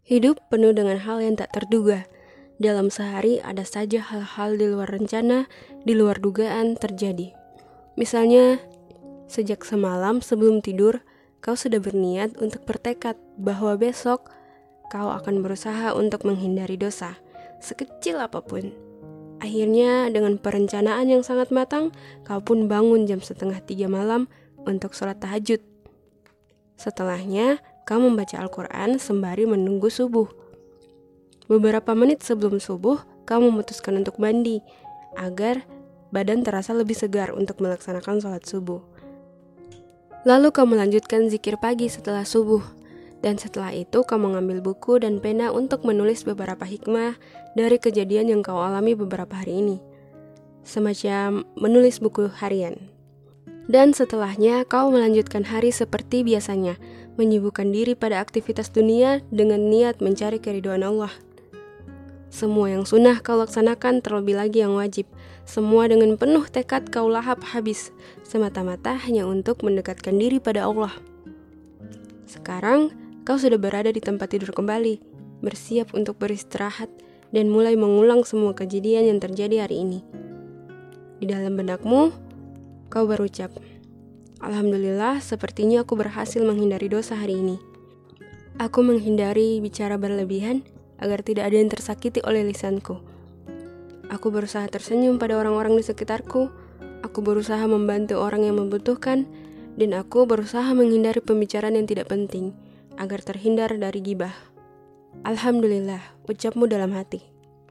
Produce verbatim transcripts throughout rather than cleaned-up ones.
Hidup penuh dengan hal yang tak terduga. Dalam sehari ada saja hal-hal di luar rencana, di luar dugaan terjadi. Misalnya, sejak semalam sebelum tidur, kau sudah berniat untuk bertekad bahwa besok kau akan berusaha untuk menghindari dosa, sekecil apapun. Akhirnya dengan perencanaan yang sangat matang, kau pun bangun jam setengah tiga malam untuk sholat tahajud. Setelahnya, kau membaca Al-Quran sembari menunggu subuh. Beberapa menit sebelum subuh, kau memutuskan untuk mandi, agar badan terasa lebih segar untuk melaksanakan sholat subuh. Lalu kau melanjutkan zikir pagi setelah subuh, dan setelah itu kau mengambil buku dan pena untuk menulis beberapa hikmah dari kejadian yang kau alami beberapa hari ini. Semacam menulis buku harian. Dan setelahnya kau melanjutkan hari seperti biasanya, menyibukkan diri pada aktivitas dunia dengan niat mencari keridhaan Allah. Semua yang sunnah kau laksanakan, terlebih lagi yang wajib. Semua dengan penuh tekad kau lahap habis, semata-mata hanya untuk mendekatkan diri pada Allah. Sekarang kau sudah berada di tempat tidur kembali, bersiap untuk beristirahat dan mulai mengulang semua kejadian yang terjadi hari ini. Di dalam benakmu, kau berucap, "Alhamdulillah, sepertinya aku berhasil menghindari dosa hari ini. Aku menghindari bicara berlebihan agar tidak ada yang tersakiti oleh lisanku. Aku berusaha tersenyum pada orang-orang di sekitarku. Aku berusaha membantu orang yang membutuhkan, dan aku berusaha menghindari pembicaraan yang tidak penting agar terhindar dari gibah. Alhamdulillah," ucapmu dalam hati.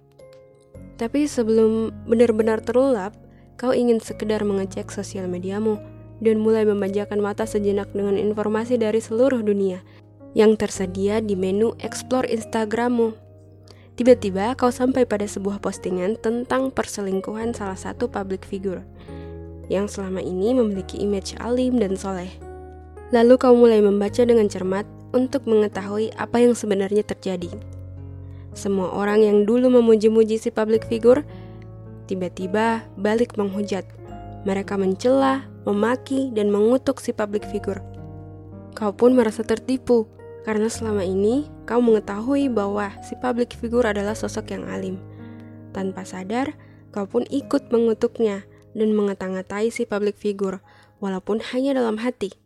Tapi sebelum benar-benar terlelap, kau ingin sekedar mengecek sosial mediamu dan mulai memanjakan mata sejenak dengan informasi dari seluruh dunia yang tersedia di menu explore Instagrammu. Tiba-tiba kau sampai pada sebuah postingan tentang perselingkuhan salah satu public figure yang selama ini memiliki image alim dan soleh. Lalu kau mulai membaca dengan cermat untuk mengetahui apa yang sebenarnya terjadi. Semua orang yang dulu memuji-muji si public figure tiba-tiba balik menghujat. Mereka mencela, memaki, dan mengutuk si public figure. Kau pun merasa tertipu, karena selama ini kau mengetahui bahwa si public figure adalah sosok yang alim. Tanpa sadar, kau pun ikut mengutuknya dan mengata-ngatai si public figure, walaupun hanya dalam hati.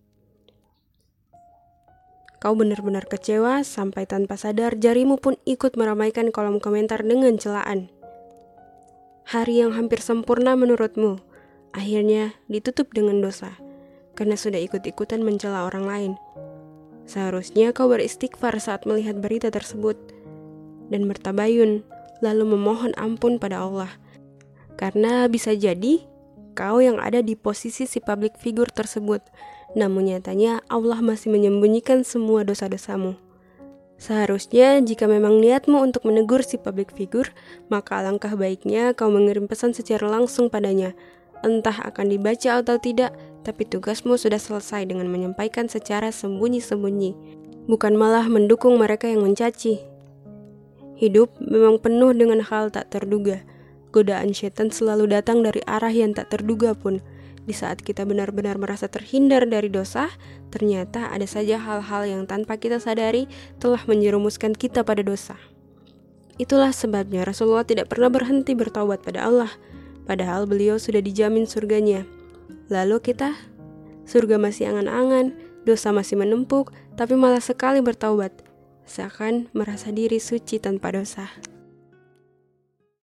Kau benar-benar kecewa sampai tanpa sadar jarimu pun ikut meramaikan kolom komentar dengan celaan. Hari yang hampir sempurna menurutmu akhirnya ditutup dengan dosa, karena sudah ikut-ikutan mencela orang lain. Seharusnya kau beristighfar saat melihat berita tersebut dan bertabayun, lalu memohon ampun pada Allah. Karena bisa jadi kau yang ada di posisi si public figure tersebut, namun nyatanya Allah masih menyembunyikan semua dosa-dosamu. Seharusnya jika memang niatmu untuk menegur si public figure, maka alangkah baiknya kau mengirim pesan secara langsung padanya. Entah akan dibaca atau tidak, tapi tugasmu sudah selesai dengan menyampaikan secara sembunyi-sembunyi, bukan malah mendukung mereka yang mencaci. Hidup memang penuh dengan hal tak terduga. Godaan setan selalu datang dari arah yang tak terduga pun. Di saat kita benar-benar merasa terhindar dari dosa, ternyata ada saja hal-hal yang tanpa kita sadari telah menjerumuskan kita pada dosa. Itulah sebabnya Rasulullah tidak pernah berhenti bertaubat pada Allah, padahal beliau sudah dijamin surganya. Lalu kita, surga masih angan-angan, dosa masih menumpuk, tapi malah sekali bertaubat, seakan merasa diri suci tanpa dosa.